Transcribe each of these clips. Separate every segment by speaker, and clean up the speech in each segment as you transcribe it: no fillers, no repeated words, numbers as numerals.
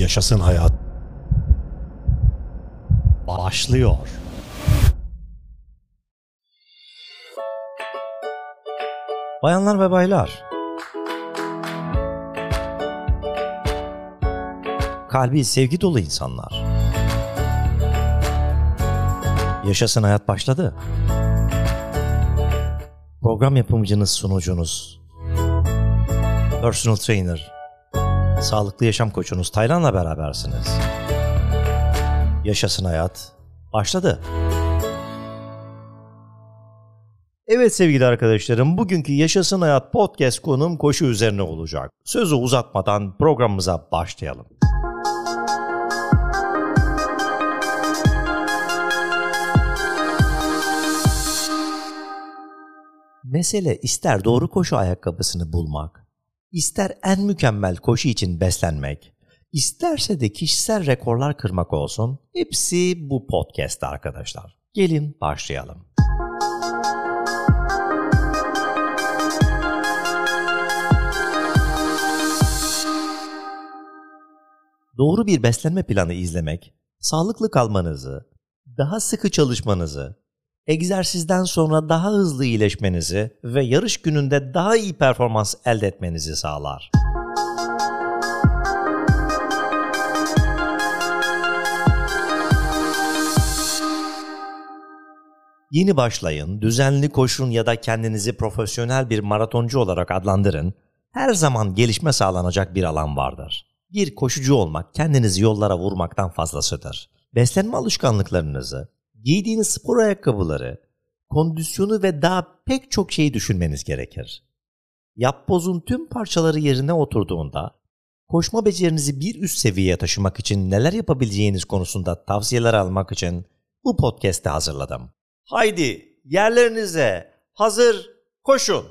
Speaker 1: Yaşasın hayat başlıyor.
Speaker 2: Bayanlar ve baylar, kalbi sevgi dolu insanlar, yaşasın hayat başladı. Program yapımcınız, sunucunuz, personal trainer, sağlıklı yaşam koçunuz Taylan'la berabersiniz. Yaşasın hayat başladı. Evet sevgili arkadaşlarım, bugünkü Yaşasın Hayat podcast konum koşu üzerine olacak. Sözü uzatmadan programımıza başlayalım. Mesele ister doğru koşu ayakkabısını bulmak, ister en mükemmel koşu için beslenmek, isterse de kişisel rekorlar kırmak olsun, hepsi bu podcast'ta arkadaşlar. Gelin başlayalım. Doğru bir beslenme planı izlemek, sağlıklı kalmanızı, daha sıkı çalışmanızı, egzersizden sonra daha hızlı iyileşmenizi ve yarış gününde daha iyi performans elde etmenizi sağlar. Yeni başlayın, düzenli koşun ya da kendinizi profesyonel bir maratoncu olarak adlandırın, her zaman gelişme sağlanacak bir alan vardır. Bir koşucu olmak kendinizi yollara vurmaktan fazlasıdır. Beslenme alışkanlıklarınızı, giydiğiniz spor ayakkabıları, kondisyonu ve daha pek çok şeyi düşünmeniz gerekir. Yapbozun tüm parçaları yerine oturduğunda, koşma becerinizi bir üst seviyeye taşımak için neler yapabileceğiniz konusunda tavsiyeler almak için bu podcast'ı hazırladım. Haydi yerlerinize hazır koşun.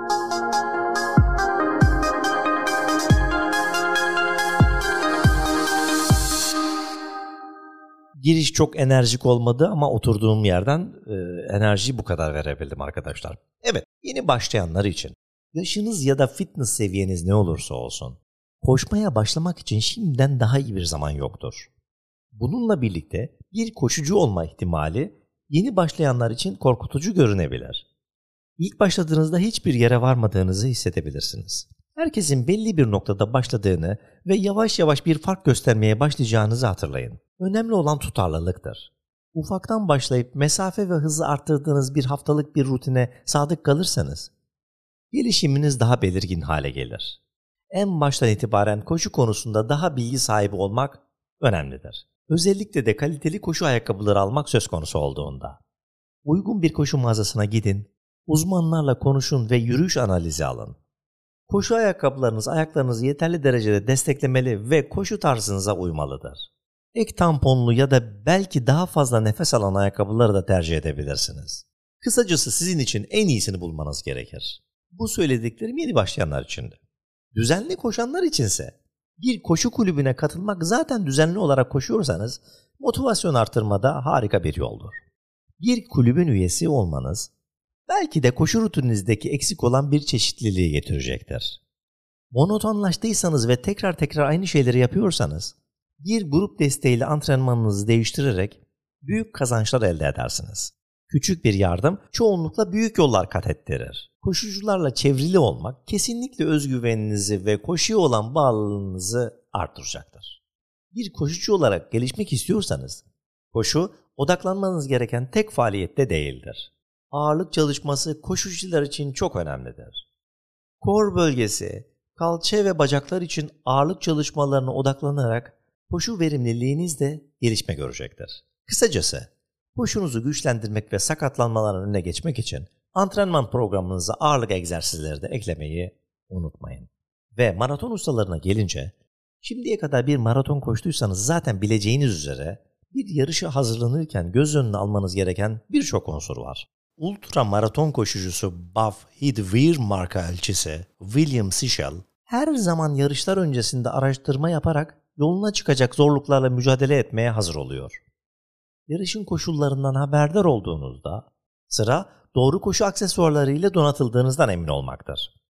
Speaker 2: Giriş çok enerjik olmadı ama oturduğum yerden enerjiyi bu kadar verebildim arkadaşlar. Evet, yeni başlayanlar için yaşınız ya da fitness seviyeniz ne olursa olsun, koşmaya başlamak için şimdiden daha iyi bir zaman yoktur. Bununla birlikte bir koşucu olma ihtimali yeni başlayanlar için korkutucu görünebilir. İlk başladığınızda hiçbir yere varmadığınızı hissedebilirsiniz. Herkesin belli bir noktada başladığını ve yavaş yavaş bir fark göstermeye başlayacağınızı hatırlayın. Önemli olan tutarlılıktır. Ufaktan başlayıp mesafe ve hızı arttırdığınız bir haftalık bir rutine sadık kalırsanız, gelişiminiz daha belirgin hale gelir. En baştan itibaren koşu konusunda daha bilgi sahibi olmak önemlidir. Özellikle de kaliteli koşu ayakkabıları almak söz konusu olduğunda. Uygun bir koşu mağazasına gidin, uzmanlarla konuşun ve yürüyüş analizi alın. Koşu ayakkabılarınız ayaklarınızı yeterli derecede desteklemeli ve koşu tarzınıza uymalıdır. Ek tamponlu ya da belki daha fazla nefes alan ayakkabıları da tercih edebilirsiniz. Kısacası sizin için en iyisini bulmanız gerekir. Bu söylediklerim yeni başlayanlar içindi. Düzenli koşanlar içinse bir koşu kulübüne katılmak, zaten düzenli olarak koşuyorsanız motivasyon artırmada harika bir yoldur. Bir kulübün üyesi olmanız belki de koşu rutininizdeki eksik olan bir çeşitliliği getirecektir. Monotonlaştıysanız ve tekrar aynı şeyleri yapıyorsanız, bir grup desteğiyle antrenmanınızı değiştirerek büyük kazançlar elde edersiniz. Küçük bir yardım çoğunlukla büyük yollar kat ettirir. Koşucularla çevrili olmak kesinlikle özgüveninizi ve koşuya olan bağlılığınızı artıracaktır. Bir koşucu olarak gelişmek istiyorsanız, koşu odaklanmanız gereken tek faaliyette değildir. Ağırlık çalışması koşucular için çok önemlidir. Kor bölgesi, kalça ve bacaklar için ağırlık çalışmalarına odaklanarak koşu verimliliğiniz de gelişme görecektir. Kısacası, koşunuzu güçlendirmek ve sakatlanmaların önüne geçmek için antrenman programınıza ağırlık egzersizleri de eklemeyi unutmayın. Ve maraton ustalarına gelince, şimdiye kadar bir maraton koştuysanız zaten bileceğiniz üzere bir yarışa hazırlanırken göz önüne almanız gereken birçok unsur var. Ultra maraton koşucusu Buff Heath marka elçisi William Sichel her zaman yarışlar öncesinde araştırma yaparak yoluna çıkacak zorluklarla mücadele etmeye hazır oluyor. Yarışın koşullarından haberdar olduğunuzda sıra doğru koşu aksesuarlarıyla donatıldığınızdan emin olmaktır.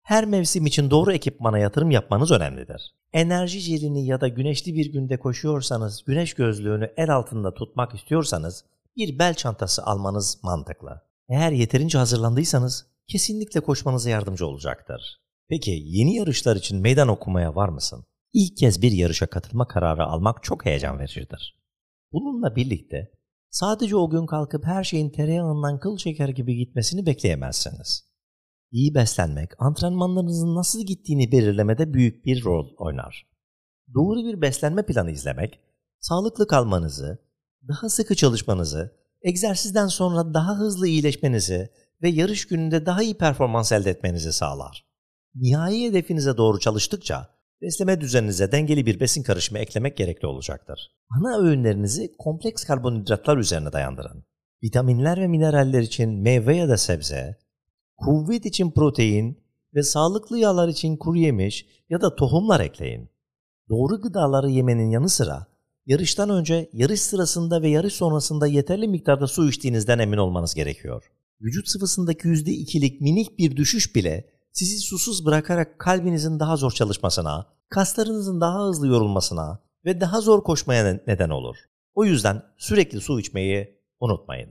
Speaker 2: Her mevsim için doğru ekipmana yatırım yapmanız önemlidir. Enerji jelini ya da güneşli bir günde koşuyorsanız güneş gözlüğünü el altında tutmak istiyorsanız bir bel çantası almanız mantıklı. Eğer yeterince hazırlandıysanız kesinlikle koşmanıza yardımcı olacaktır. Peki yeni yarışlar için meydan okumaya var mısın? İlk kez bir yarışa katılma kararı almak çok heyecan vericidir. Bununla birlikte sadece o gün kalkıp her şeyin tereyağından kıl çeker gibi gitmesini bekleyemezsiniz. İyi beslenmek, antrenmanlarınızın nasıl gittiğini belirlemede büyük bir rol oynar. Doğru bir beslenme planı izlemek, sağlıklı kalmanızı, daha sıkı çalışmanızı, egzersizden sonra daha hızlı iyileşmenizi ve yarış gününde daha iyi performans elde etmenizi sağlar. Nihai hedefinize doğru çalıştıkça, besleme düzeninize dengeli bir besin karışımı eklemek gerekli olacaktır. Ana öğünlerinizi kompleks karbonhidratlar üzerine dayandırın. Vitaminler ve mineraller için meyve ya da sebze, kuvvet için protein ve sağlıklı yağlar için kuru yemiş ya da tohumlar ekleyin. Doğru gıdaları yemenin yanı sıra yarıştan önce, yarış sırasında ve yarış sonrasında yeterli miktarda su içtiğinizden emin olmanız gerekiyor. Vücut sıvısındaki %2'lik minik bir düşüş bile sizi susuz bırakarak kalbinizin daha zor çalışmasına, kaslarınızın daha hızlı yorulmasına ve daha zor koşmaya neden olur. O yüzden sürekli su içmeyi unutmayın.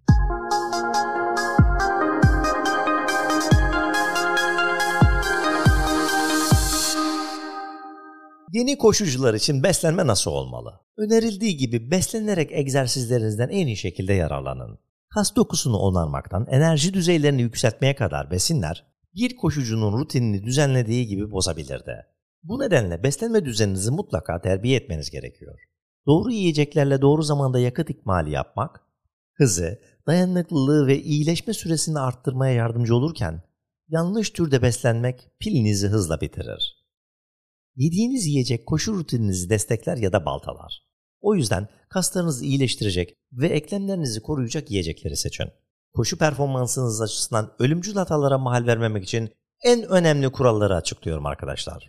Speaker 2: Yeni koşucular için beslenme nasıl olmalı? Önerildiği gibi beslenerek egzersizlerinizden en iyi şekilde yararlanın. Kas dokusunu onarmaktan enerji düzeylerini yükseltmeye kadar besinler bir koşucunun rutinini düzenlediği gibi bozabilir de. Bu nedenle beslenme düzeninizi mutlaka terbiye etmeniz gerekiyor. Doğru yiyeceklerle doğru zamanda yakıt ikmali yapmak, hızı, dayanıklılığı ve iyileşme süresini arttırmaya yardımcı olurken, yanlış türde beslenmek pilinizi hızla bitirir. Yediğiniz yiyecek koşu rutininizi destekler ya da baltalar. O yüzden kaslarınızı iyileştirecek ve eklemlerinizi koruyacak yiyecekleri seçin. Koşu performansınız açısından ölümcül hatalara mahal vermemek için en önemli kuralları açıklıyorum arkadaşlar.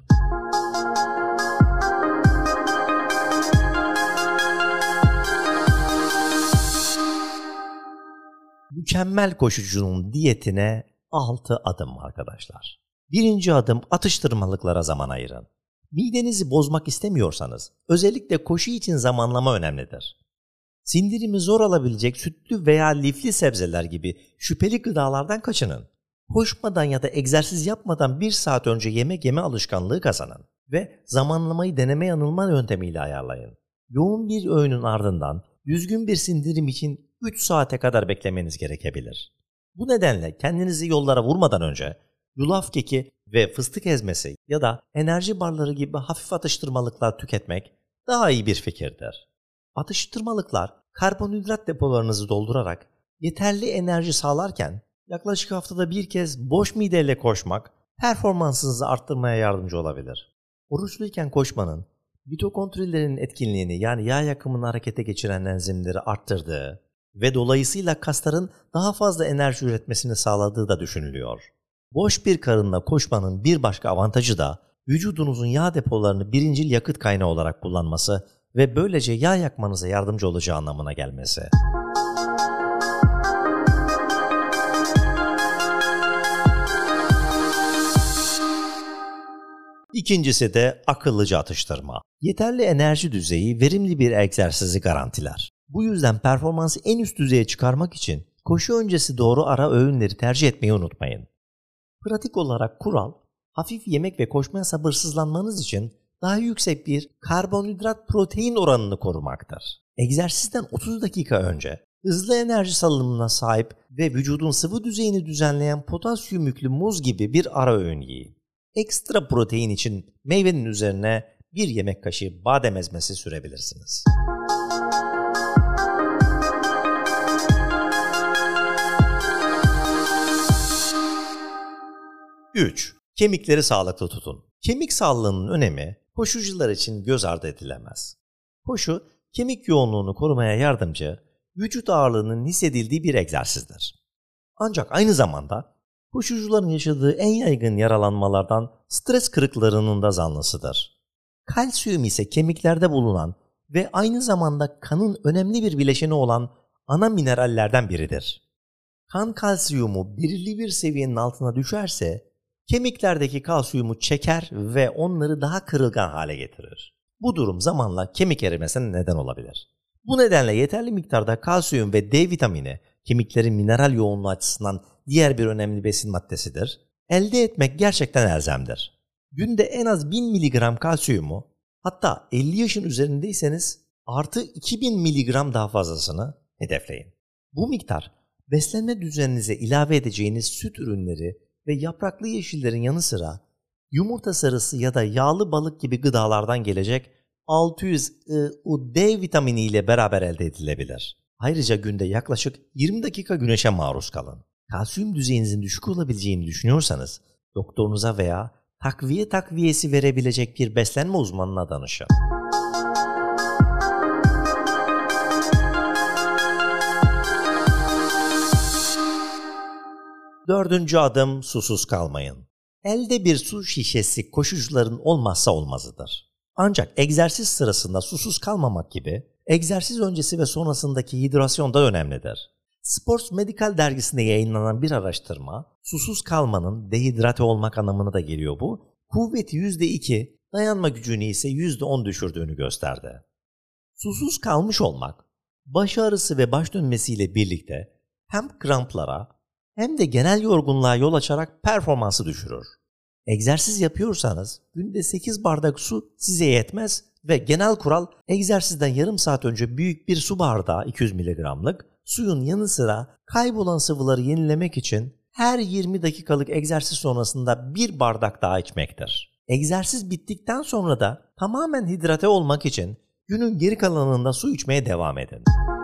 Speaker 2: Mükemmel koşucunun diyetine 6 adım arkadaşlar. Birinci adım atıştırmalıklara zaman ayırın. Midenizi bozmak istemiyorsanız özellikle koşu için zamanlama önemlidir. Sindirimi zor alabilecek sütlü veya lifli sebzeler gibi şüpheli gıdalardan kaçının. Koşmadan ya da egzersiz yapmadan 1 saat önce yemek yeme alışkanlığı kazanın ve zamanlamayı deneme yanılma yöntemiyle ayarlayın. Yoğun bir öğünün ardından düzgün bir sindirim için 3 saate kadar beklemeniz gerekebilir. Bu nedenle kendinizi yollara vurmadan önce yulaf keki ve fıstık ezmesi ya da enerji barları gibi hafif atıştırmalıklar tüketmek daha iyi bir fikirdir. Atıştırmalıklar karbonhidrat depolarınızı doldurarak yeterli enerji sağlarken yaklaşık haftada bir kez boş mideyle koşmak performansınızı arttırmaya yardımcı olabilir. Oruçluyken koşmanın mitokondrilerin etkinliğini yani yağ yakımını harekete geçiren enzimleri arttırdığı ve dolayısıyla kasların daha fazla enerji üretmesini sağladığı da düşünülüyor. Boş bir karınla koşmanın bir başka avantajı da vücudunuzun yağ depolarını birincil yakıt kaynağı olarak kullanması ve böylece yağ yakmanıza yardımcı olacağı anlamına gelmesi. İkincisi de akıllıca atıştırma. Yeterli enerji düzeyi verimli bir egzersizi garantiler. Bu yüzden performansı en üst düzeye çıkarmak için koşu öncesi doğru ara öğünleri tercih etmeyi unutmayın. Pratik olarak kural, hafif yemek ve koşmaya sabırsızlanmanız için daha yüksek bir karbonhidrat protein oranını korumaktır. Egzersizden 30 dakika önce hızlı enerji salınımına sahip ve vücudun sıvı düzeyini düzenleyen potasyum yüklü muz gibi bir ara öğün yiyin. Ekstra protein için meyvenin üzerine bir yemek kaşığı badem ezmesi sürebilirsiniz. Üç, kemikleri sağlıklı tutun. Kemik sağlığının önemi koşucular için göz ardı edilemez. Koşu, kemik yoğunluğunu korumaya yardımcı, vücut ağırlığının hissedildiği bir egzersizdir. Ancak aynı zamanda koşucuların yaşadığı en yaygın yaralanmalardan stres kırıklarının da zanlısıdır. Kalsiyum ise kemiklerde bulunan ve aynı zamanda kanın önemli bir bileşeni olan ana minerallerden biridir. Kan kalsiyumu belirli bir seviyenin altına düşerse kemiklerdeki kalsiyumu çeker ve onları daha kırılgan hale getirir. Bu durum zamanla kemik erimesine neden olabilir. Bu nedenle yeterli miktarda kalsiyum ve D vitamini kemiklerin mineral yoğunluğu açısından diğer bir önemli besin maddesidir. Elde etmek gerçekten elzemdir. Günde en az 1000 mg kalsiyumu, hatta 50 yaşın üzerindeyseniz artı 2000 mg daha fazlasını hedefleyin. Bu miktar beslenme düzeninize ilave edeceğiniz süt ürünleri ve yapraklı yeşillerin yanı sıra yumurta sarısı ya da yağlı balık gibi gıdalardan gelecek 600 D vitamini ile beraber elde edilebilir. Ayrıca günde yaklaşık 20 dakika güneşe maruz kalın. Kalsiyum düzeyinizin düşük olabileceğini düşünüyorsanız doktorunuza veya takviyesi verebilecek bir beslenme uzmanına danışın. 4. adım susuz kalmayın. Elde bir su şişesi koşucuların olmazsa olmazıdır. Ancak egzersiz sırasında susuz kalmamak gibi egzersiz öncesi ve sonrasındaki hidrasyon da önemlidir. Sports Medical dergisinde yayınlanan bir araştırma, susuz kalmanın dehidrate olmak anlamına da geliyor bu, kuvveti %2, dayanma gücünü ise %10 düşürdüğünü gösterdi. Susuz kalmış olmak, baş ağrısı ve baş dönmesiyle birlikte hem kramplara hem de genel yorgunluğa yol açarak performansı düşürür. Egzersiz yapıyorsanız günde 8 bardak su size yetmez ve genel kural egzersizden yarım saat önce büyük bir su bardağı 200 mg'lık suyun yanı sıra kaybolan sıvıları yenilemek için her 20 dakikalık egzersiz sonrasında bir bardak daha içmektir. Egzersiz bittikten sonra da tamamen hidrate olmak için günün geri kalanında su içmeye devam edin.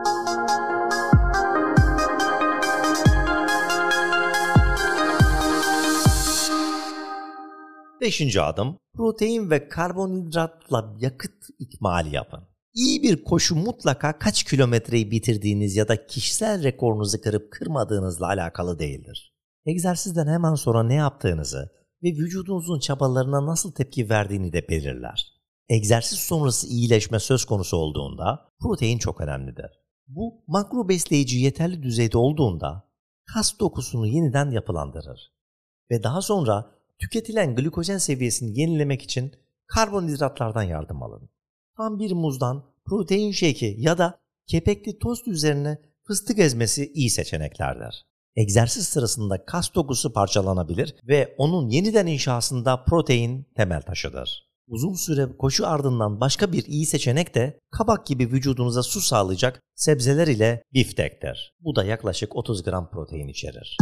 Speaker 2: Beşinci adım, protein ve karbonhidratla yakıt ikmali yapın. İyi bir koşu mutlaka kaç kilometreyi bitirdiğiniz ya da kişisel rekorunuzu kırıp kırmadığınızla alakalı değildir. Egzersizden hemen sonra ne yaptığınızı ve vücudunuzun çabalarına nasıl tepki verdiğini de belirler. Egzersiz sonrası iyileşme söz konusu olduğunda protein çok önemlidir. Bu makro besleyici yeterli düzeyde olduğunda kas dokusunu yeniden yapılandırır ve daha sonra tüketilen glikojen seviyesini yenilemek için karbonhidratlardan yardım alın. Tam bir muzdan protein shake ya da kepekli tost üzerine fıstık ezmesi iyi seçeneklerdir. Egzersiz sırasında kas dokusu parçalanabilir ve onun yeniden inşasında protein temel taşıdır. Uzun süre koşu ardından başka bir iyi seçenek de kabak gibi vücudunuza su sağlayacak sebzeler ile biftektir. Bu da yaklaşık 30 gram protein içerir.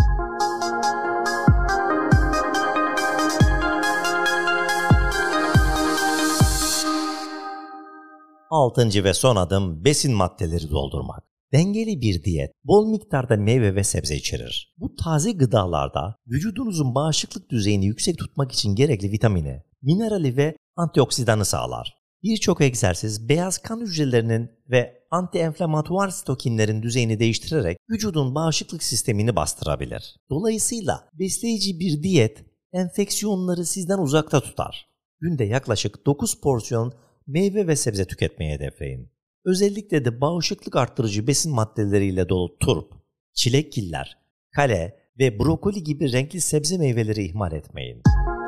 Speaker 2: 6. ve son adım besin maddeleri doldurmak. Dengeli bir diyet, bol miktarda meyve ve sebze içerir. Bu taze gıdalarda vücudunuzun bağışıklık düzeyini yüksek tutmak için gerekli vitamini, minerali ve antioksidanı sağlar. Birçok egzersiz beyaz kan hücrelerinin ve anti-enflamatuar sitokinlerin düzeyini değiştirerek vücudun bağışıklık sistemini bastırabilir. Dolayısıyla besleyici bir diyet enfeksiyonları sizden uzakta tutar. Günde yaklaşık 9 porsiyon meyve ve sebze tüketmeyi hedefleyin. Özellikle de bağışıklık arttırıcı besin maddeleriyle dolu turp, çilekgiller, kale ve brokoli gibi renkli sebze meyveleri ihmal etmeyin.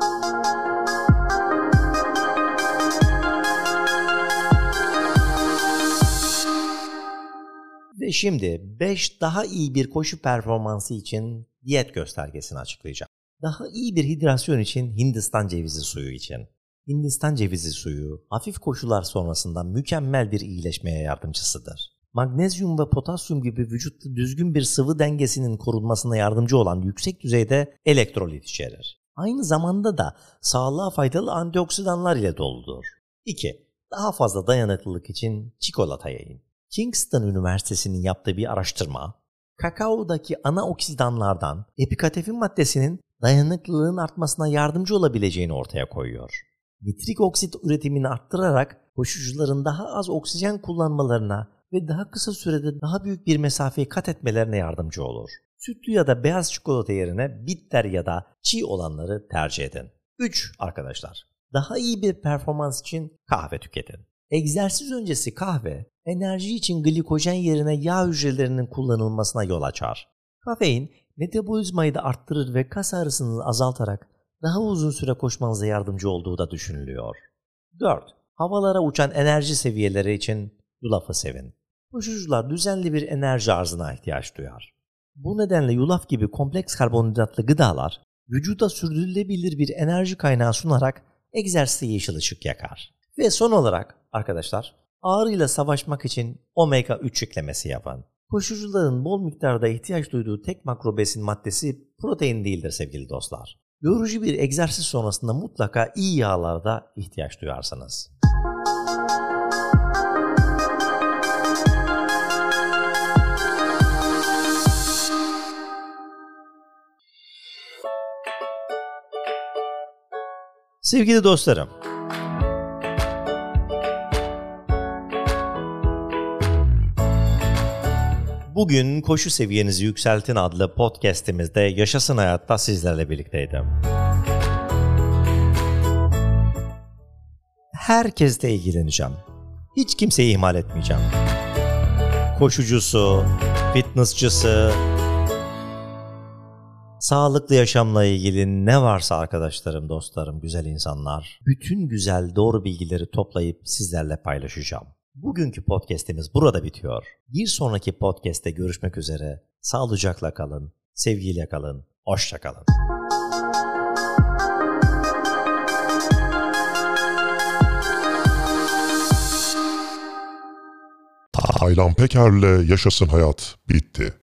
Speaker 2: Ve şimdi 5 daha iyi bir koşu performansı için diyet göstergesini açıklayacağım. Daha iyi bir hidrasyon için Hindistan cevizi suyu için. Hindistan cevizi suyu hafif koşular sonrasında mükemmel bir iyileşmeye yardımcısıdır. Magnezyum ve potasyum gibi vücutta düzgün bir sıvı dengesinin korunmasına yardımcı olan yüksek düzeyde elektrolit içerir. Aynı zamanda da sağlığa faydalı antioksidanlar ile doludur. 2. Daha fazla dayanıklılık için çikolata yiyin. Kingston Üniversitesi'nin yaptığı bir araştırma, kakaodaki ana oksidanlardan epikatefin maddesinin dayanıklılığın artmasına yardımcı olabileceğini ortaya koyuyor. Nitrik oksit üretimini arttırarak koşucuların daha az oksijen kullanmalarına ve daha kısa sürede daha büyük bir mesafeyi kat etmelerine yardımcı olur. Sütlü ya da beyaz çikolata yerine bitter ya da çiğ olanları tercih edin. 3. Arkadaşlar, daha iyi bir performans için kahve tüketin. Egzersiz öncesi kahve, enerji için glikojen yerine yağ hücrelerinin kullanılmasına yol açar. Kafein, metabolizmayı da arttırır ve kas ağrısını azaltarak daha uzun süre koşmanıza yardımcı olduğu da düşünülüyor. 4. Havalara uçan enerji seviyeleri için yulafı sevin. Koşucular düzenli bir enerji arzına ihtiyaç duyar. Bu nedenle yulaf gibi kompleks karbonhidratlı gıdalar vücuda sürdürülebilir bir enerji kaynağı sunarak egzersize yeşil ışık yakar. Ve son olarak arkadaşlar, ağrıyla savaşmak için omega 3 eklemesi yapın. Koşucuların bol miktarda ihtiyaç duyduğu tek makro besin maddesi protein değildir sevgili dostlar. Yorucu bir egzersiz sonrasında mutlaka iyi yağlarda ihtiyaç duyarsınız. Sevgili dostlarım, bugün Koşu Seviyenizi Yükseltin adlı podcast'imizde Yaşasın Hayat'ta sizlerle birlikteydim. Herkesle ilgileneceğim. Hiç kimseyi ihmal etmeyeceğim. Koşucusu, fitnessçısı, sağlıklı yaşamla ilgili ne varsa arkadaşlarım, dostlarım, güzel insanlar, bütün güzel doğru bilgileri toplayıp sizlerle paylaşacağım. Bugünkü podcast'imiz burada bitiyor. Bir sonraki podcast'te görüşmek üzere. Sağlıcakla kalın, sevgiyle kalın, hoşça kalın.
Speaker 3: Taylan Peker'le Yaşasın Hayat bitti.